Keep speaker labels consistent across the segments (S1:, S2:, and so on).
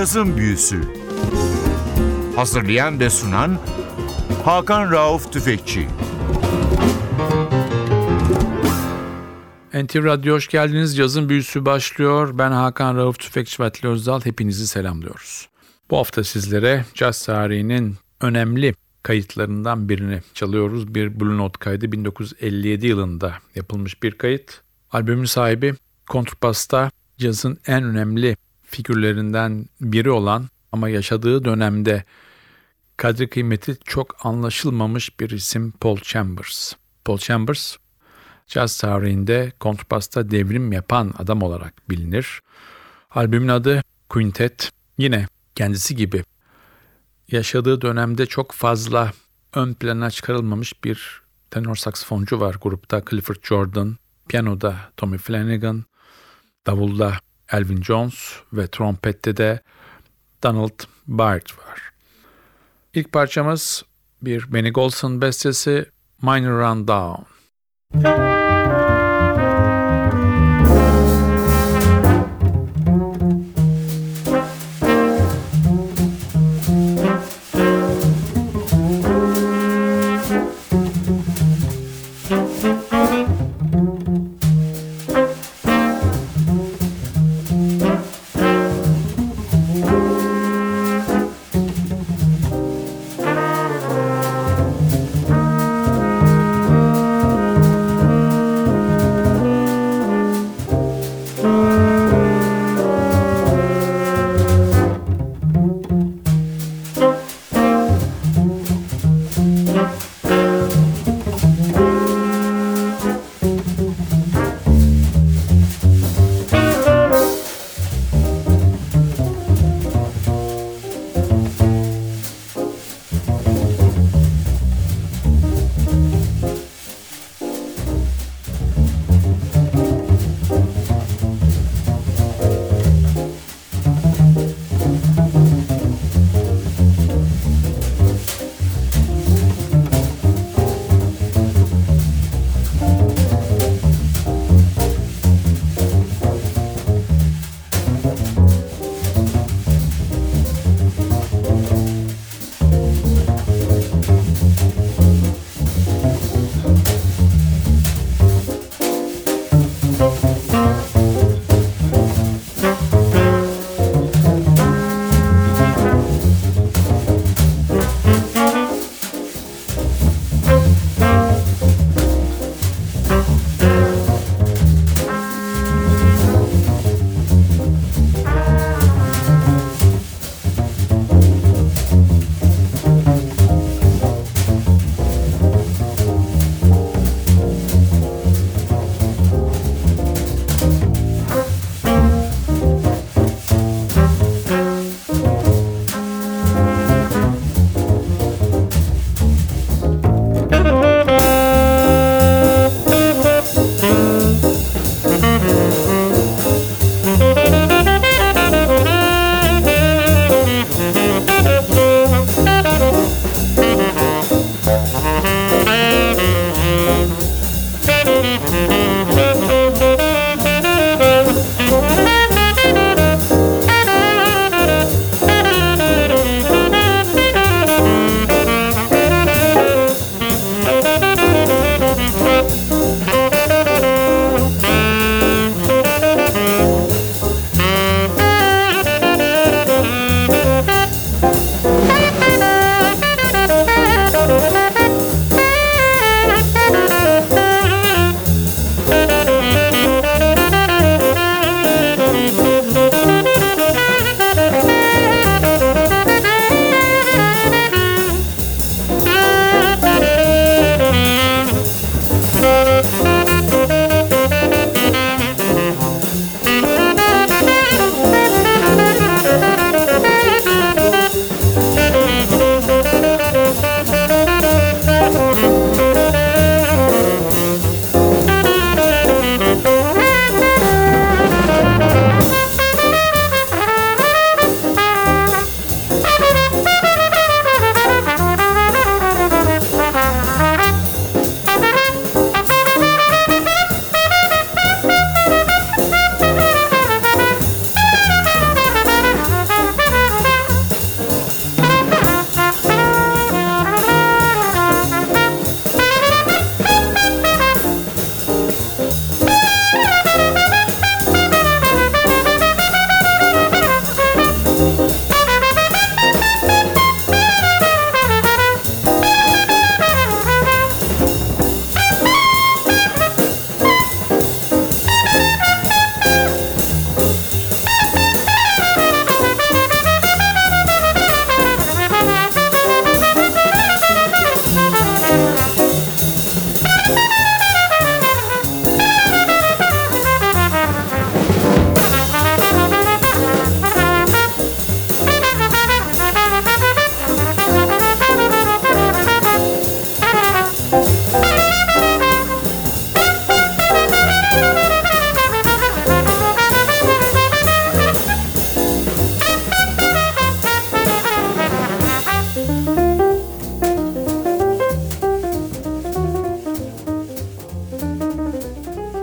S1: Cazın Büyüsü. Hazırlayan ve sunan Hakan Rauf Tüfekçi.
S2: NTV Radyo hoş geldiniz. Cazın Büyüsü başlıyor. Ben Hakan Rauf Tüfekçi ve Atli Özdal. Hepinizi selamlıyoruz. Bu hafta sizlere caz tarihinin önemli kayıtlarından birini çalıyoruz. Bir Blue Note kaydı, 1957 yılında yapılmış bir kayıt. Albümün sahibi kontrbasta cazın en önemli figürlerinden biri olan ama yaşadığı dönemde kadri kıymeti çok anlaşılmamış bir isim Paul Chambers. Paul Chambers, caz tarihinde kontrbasta devrim yapan adam olarak bilinir. Albümün adı Quintet. Yine kendisi gibi yaşadığı dönemde çok fazla ön plana çıkarılmamış bir tenor saksafoncu var grupta, Clifford Jordan, piyanoda Tommy Flanagan, davulda Elvin Jones ve trompette de Donald Byrd var. İlk parçamız bir Benny Golson bestesi, Minor Run Down.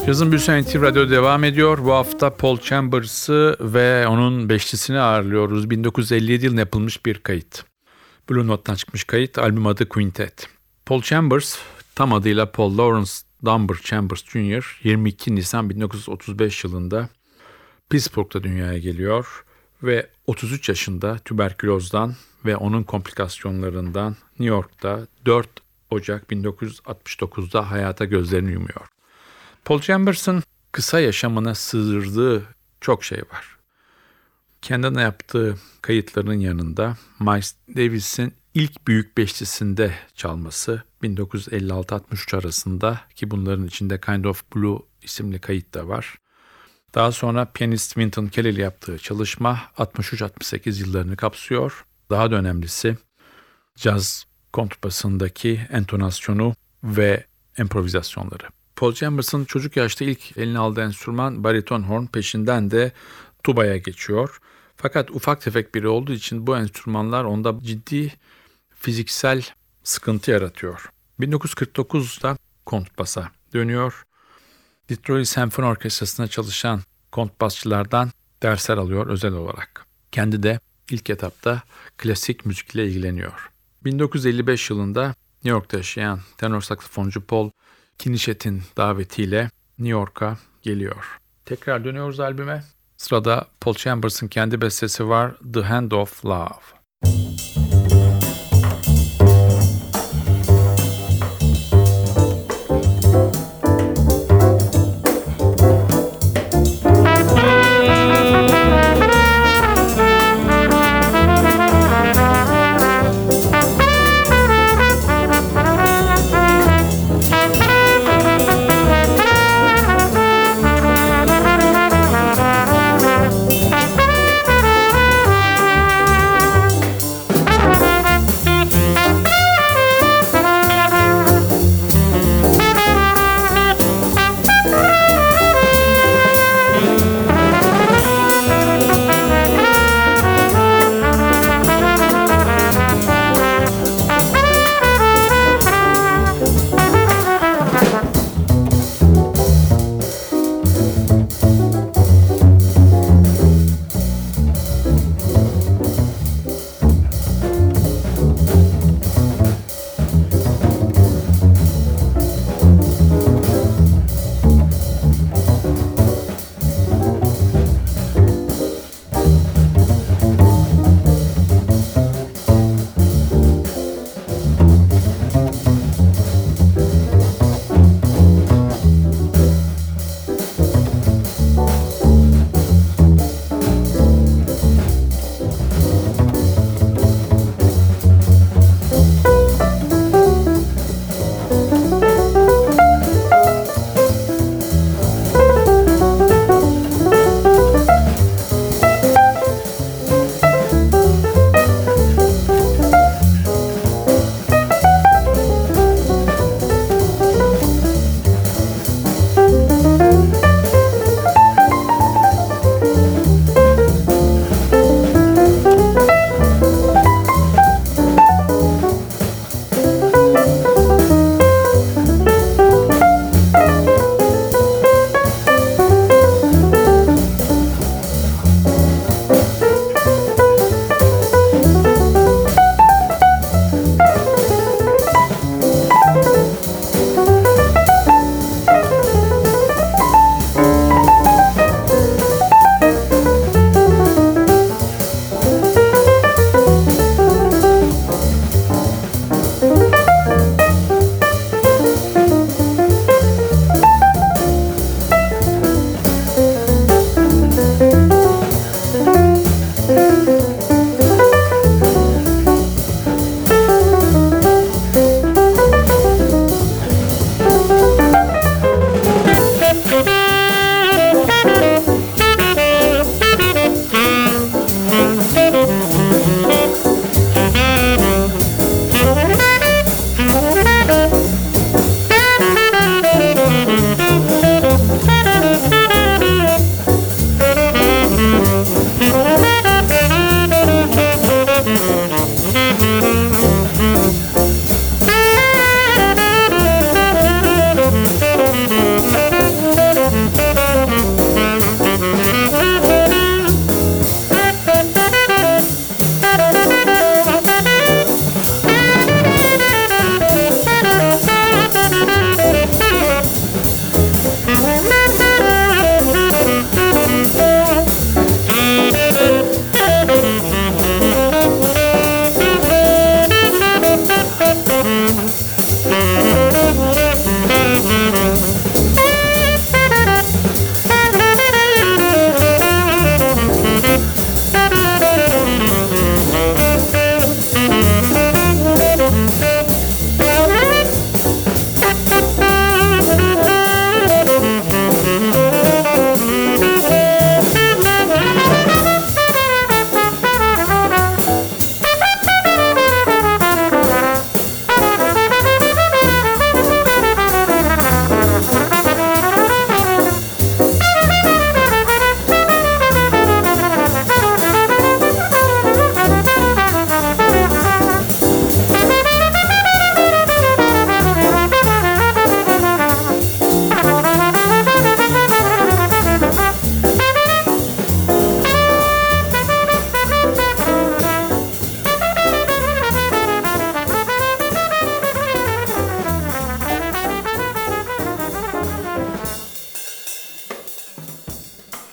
S2: Cazın Büyüsü NTV Radyo devam ediyor. Bu hafta Paul Chambers'ı ve onun beşlisini ağırlıyoruz. 1957 yılında yapılmış bir kayıt. Blue Note'dan çıkmış kayıt, albüm adı Quintet. Paul Chambers, tam adıyla Paul Lawrence Dunbar Chambers Jr. 22 Nisan 1935 yılında Pittsburgh'da dünyaya geliyor ve 33 yaşında tüberkülozdan ve onun komplikasyonlarından New York'ta 4 Ocak 1969'da hayata gözlerini yumuyor. Paul Chambers'ın kısa yaşamına sığdırdığı çok şey var. Kendine yaptığı kayıtların yanında Miles Davis'in ilk büyük beşlisinde çalması 1956-63 arasında, ki bunların içinde Kind of Blue isimli kayıt da var. Daha sonra piyanist Wynton Kelly ile yaptığı çalışma 63-68 yıllarını kapsıyor. Daha da önemlisi caz kontrbasındaki entonasyonu ve improvizasyonları. Paul Chambers'ın çocuk yaşta ilk eline aldığı enstrüman bariton horn, peşinden de tubaya geçiyor. Fakat ufak tefek biri olduğu için bu enstrümanlar onda ciddi fiziksel sıkıntı yaratıyor. 1949'da kontrbasa dönüyor. Detroit Senfoni Orkestrası'nda çalışan kontrbasçılardan dersler alıyor özel olarak. Kendi de ilk etapta klasik müzikle ilgileniyor. 1955 yılında New York'ta yaşayan tenor saksafoncu Paul Kinichet'in davetiyle New York'a geliyor. Tekrar dönüyoruz albüme. Sırada Paul Chambers'ın kendi bestesi var, The Hand of Love.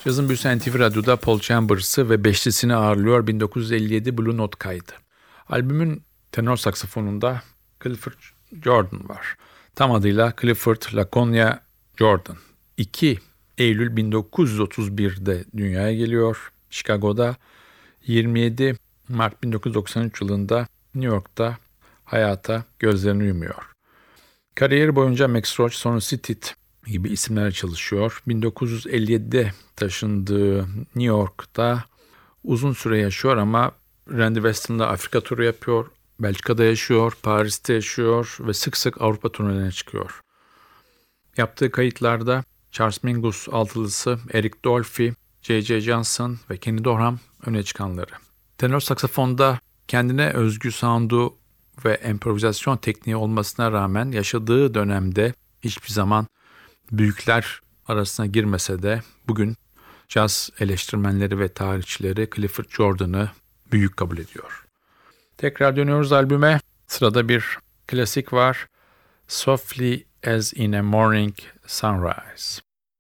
S2: Cazın büyüsü NTV Radyo'da Paul Chambers'ı ve beşlisini ağırlıyor. 1957 Blue Note kaydı. Albümün tenor saksafonunda Clifford Jordan var. Tam adıyla Clifford Laconia Jordan. 2 Eylül 1931'de dünyaya geliyor Chicago'da. 27 Mart 1993 yılında New York'ta hayata gözlerini yumuyor. Kariyeri boyunca Max Roach, sonra Sitit gibi isimlerle çalışıyor. 1957'de taşındığı New York'ta uzun süre yaşıyor ama Randy Weston'da Afrika turu yapıyor. Belçika'da yaşıyor, Paris'te yaşıyor ve sık sık Avrupa turnelerine çıkıyor. Yaptığı kayıtlarda Charles Mingus altılısı, Eric Dolphy, J.J. Johnson ve Kenny Dorham öne çıkanları. Tenor saksafonda kendine özgü sound'u ve improvizasyon tekniği olmasına rağmen yaşadığı dönemde hiçbir zaman büyükler arasına girmese de bugün caz eleştirmenleri ve tarihçileri Clifford Jordan'ı büyük kabul ediyor. Tekrar dönüyoruz albüme. Sırada bir klasik var. Softly as in a Morning Sunrise.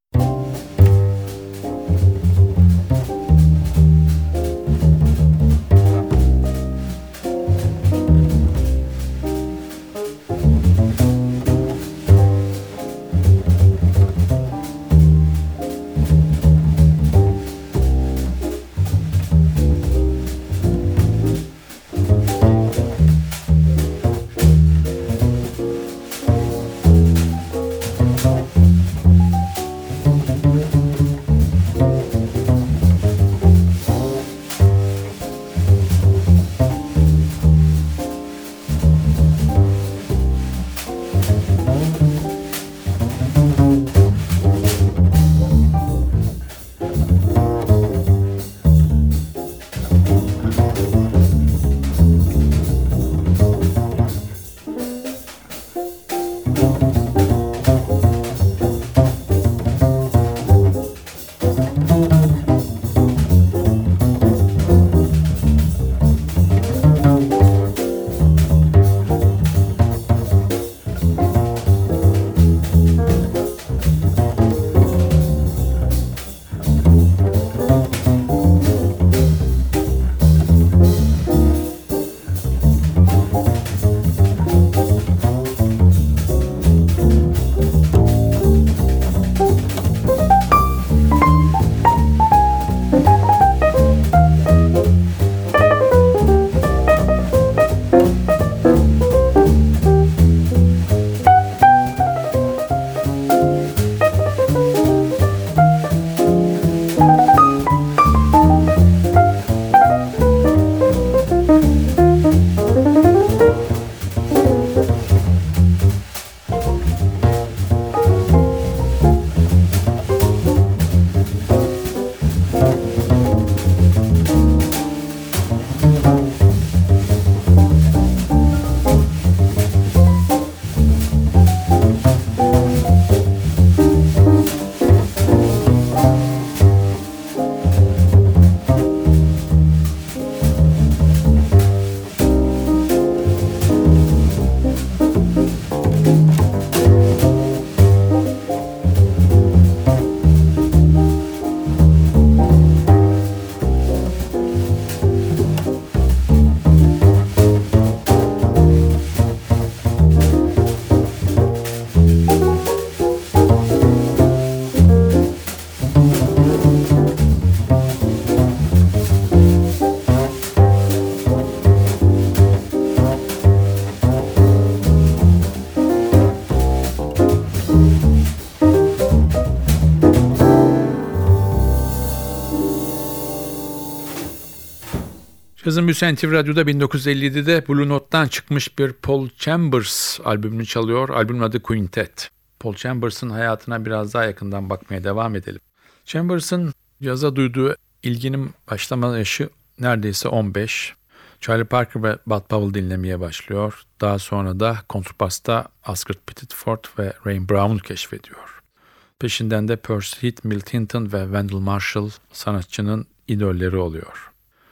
S2: Cazın büyüsü NTV Radyo'da 1957'de Blue Note'dan çıkmış bir Paul Chambers albümünü çalıyor. Albümün adı Quintet. Paul Chambers'ın hayatına biraz daha yakından bakmaya devam edelim. Chambers'ın caza duyduğu ilginin başlama yaşı neredeyse 15. Charlie Parker ve Bud Powell dinlemeye başlıyor. Daha sonra da kontrbasta Oscar Pettiford ve Ray Brown'u keşfediyor. Peşinden de Percy Heath, Milt Hinton ve Wendell Marshall sanatçının idolleri oluyor.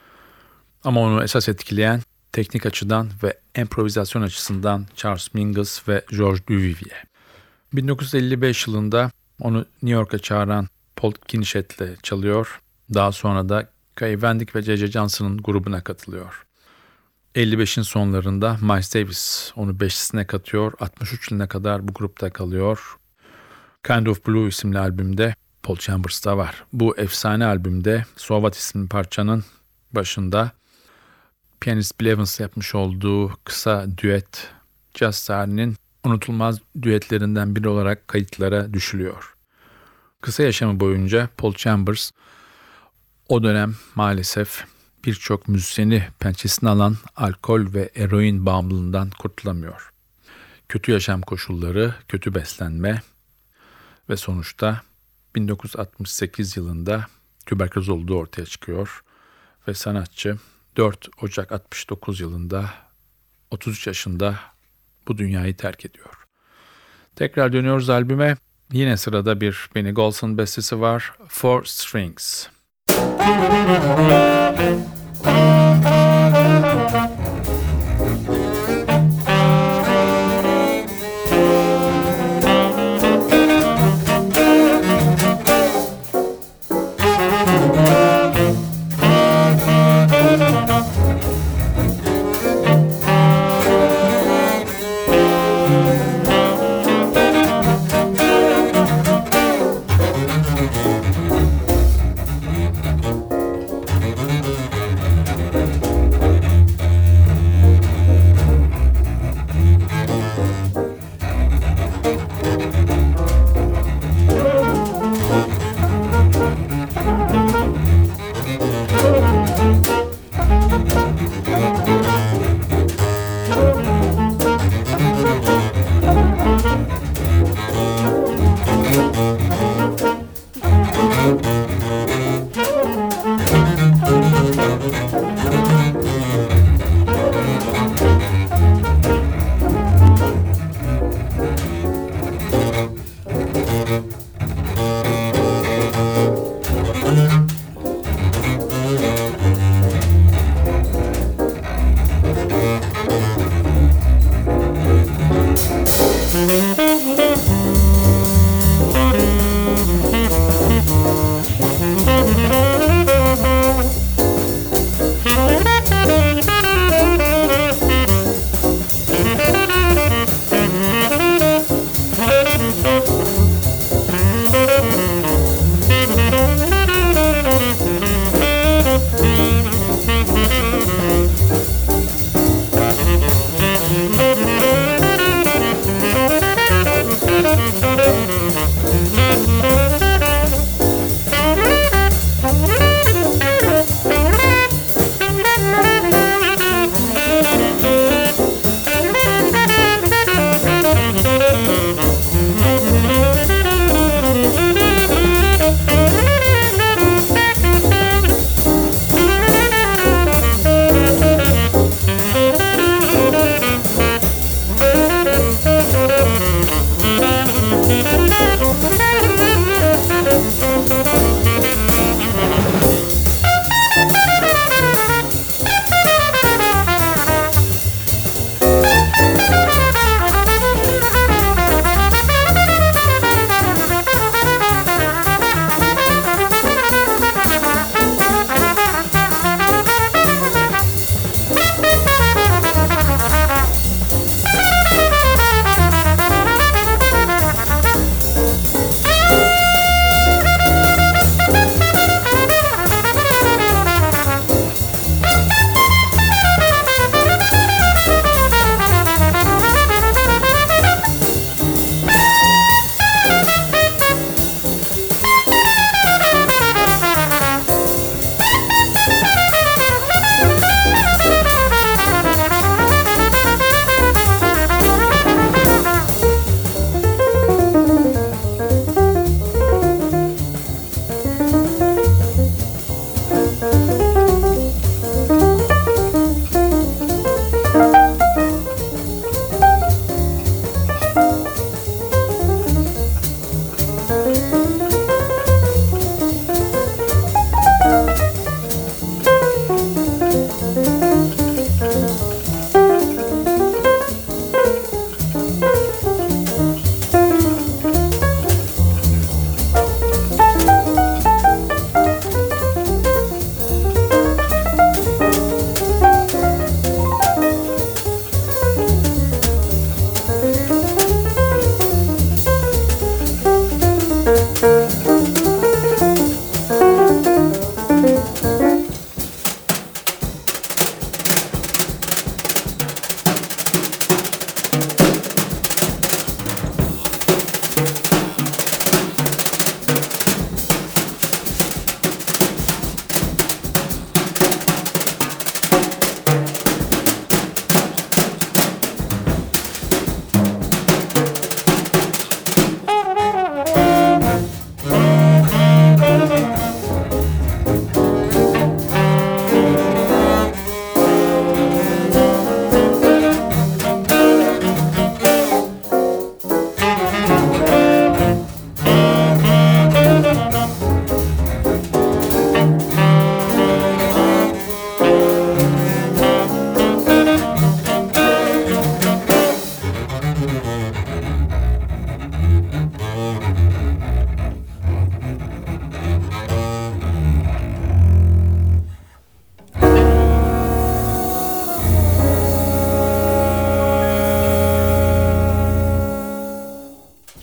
S2: Ama onu esas etkileyen teknik açıdan ve improvizasyon açısından Charles Mingus ve Georges Duvivier. 1955 yılında onu New York'a çağıran Paul Paul Kinshet'le çalıyor. Daha sonra da Kay Wendick ve C.C. Johnson'ın grubuna katılıyor. 55'in sonlarında Miles Davis onu beşlisine katıyor. 63 yılına kadar bu grupta kalıyor. Kind of Blue isimli albümde Paul Chambers da var. Bu efsane albümde So What isimli parçanın başında piyanist Bill Evans yapmış olduğu kısa düet caz tarihinin unutulmaz düetlerinden biri olarak kayıtlara düşülüyor. Kısa yaşamı boyunca Paul Chambers o dönem maalesef birçok müzisyeni pençesine alan alkol ve eroin bağımlılığından kurtulamıyor. Kötü yaşam koşulları, kötü beslenme ve sonuçta 1968 yılında tüberküloz olduğu ortaya çıkıyor ve sanatçı 4 Ocak 69 yılında 33 yaşında bu dünyayı terk ediyor. Tekrar dönüyoruz albüme. Yine sırada bir Benny Golson bestesi var. Four Strings.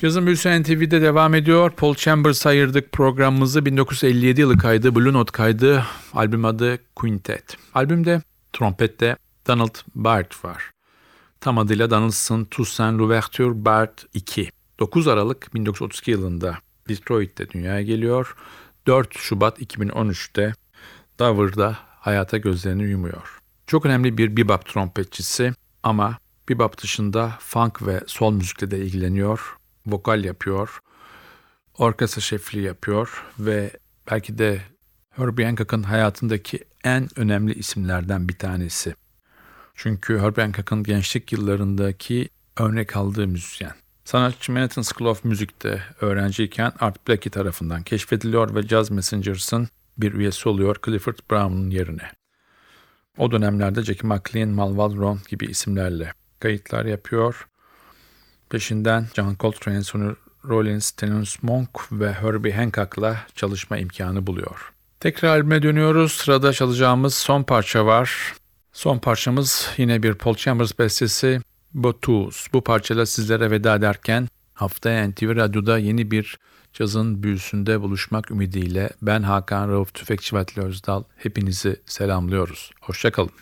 S2: Cazın Büyüsü NTV'de devam ediyor. Paul Chambers'a ayırdık programımızı. 1957 yılı kaydı, Blue Note kaydı. Albüm adı Quintet. Albümde trompette Donald Byrd var. Tam adıyla Donaldson Toussaint Louverture Byrd 2. 9 Aralık 1932 yılında Detroit'te dünyaya geliyor. 4 Şubat 2013'te Dover'da hayata gözlerini yumuyor. Çok önemli bir bebop trompetçisi ama bebop dışında funk ve soul müzikle de ilgileniyor. Vokal yapıyor, orkestra şefliği yapıyor ve belki de Herbie Hancock'ın hayatındaki en önemli isimlerden bir tanesi. Çünkü Herbie Hancock'ın gençlik yıllarındaki örnek aldığı müzisyen. Sanatçı Manhattan School of Music'te öğrenciyken Art Blakey tarafından keşfediliyor ve Jazz Messengers'ın bir üyesi oluyor Clifford Brown'un yerine. O dönemlerde Jackie McLean, Mal Waldron gibi isimlerle kayıtlar yapıyor. Peşinden John Coltrane, Sonny Rollins, Thelonious Monk ve Herbie Hancock'la çalışma imkanı buluyor. Tekrar albüme dönüyoruz. Sırada çalacağımız son parça var. Son parçamız yine bir Paul Chambers bestesi, Botous. Bu parçayla sizlere veda ederken haftaya NTV Radyo'da yeni bir cazın büyüsünde buluşmak ümidiyle ben Hakan Rauf Tüfekçi ve Atilla Özdal hepinizi selamlıyoruz. Hoşçakalın.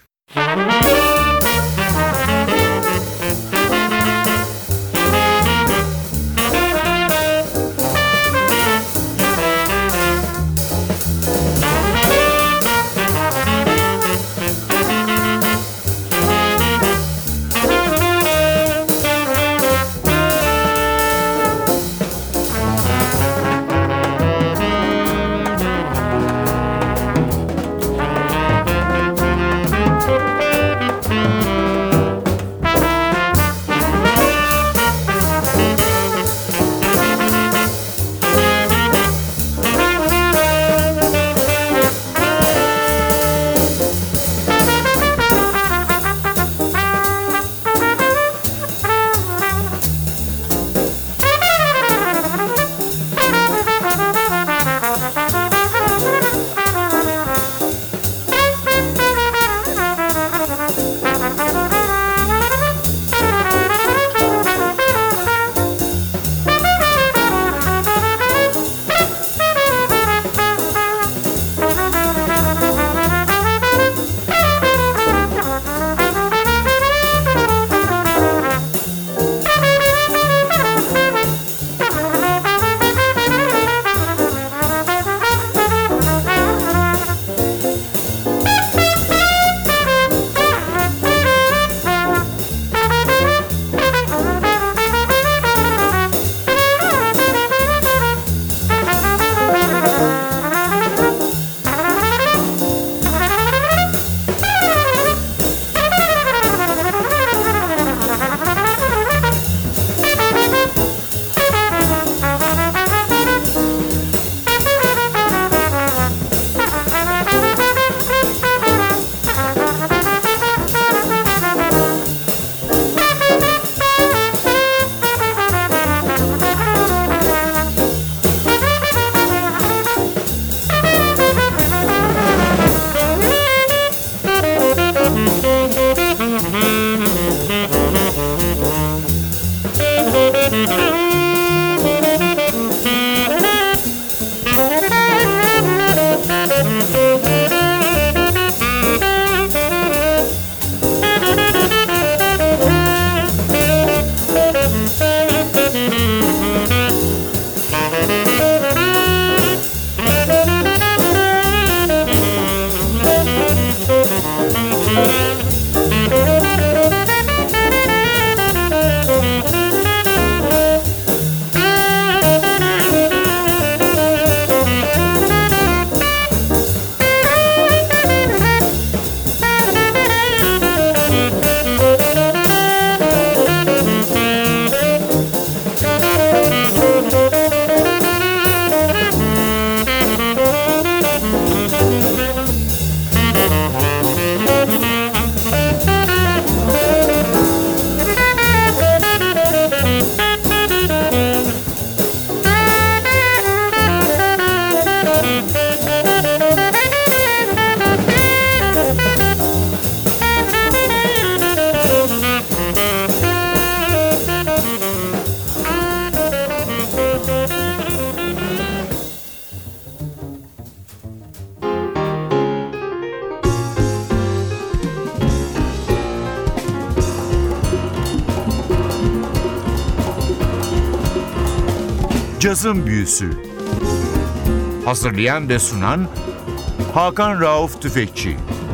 S1: Cazın Büyüsü. Hazırlayan ve sunan Hakan Rauf Tüfekçi.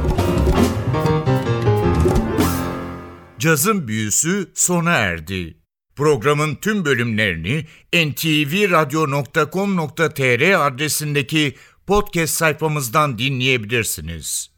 S1: Cazın Büyüsü sona erdi. Programın tüm bölümlerini ntvradio.com.tr adresindeki podcast sayfamızdan dinleyebilirsiniz.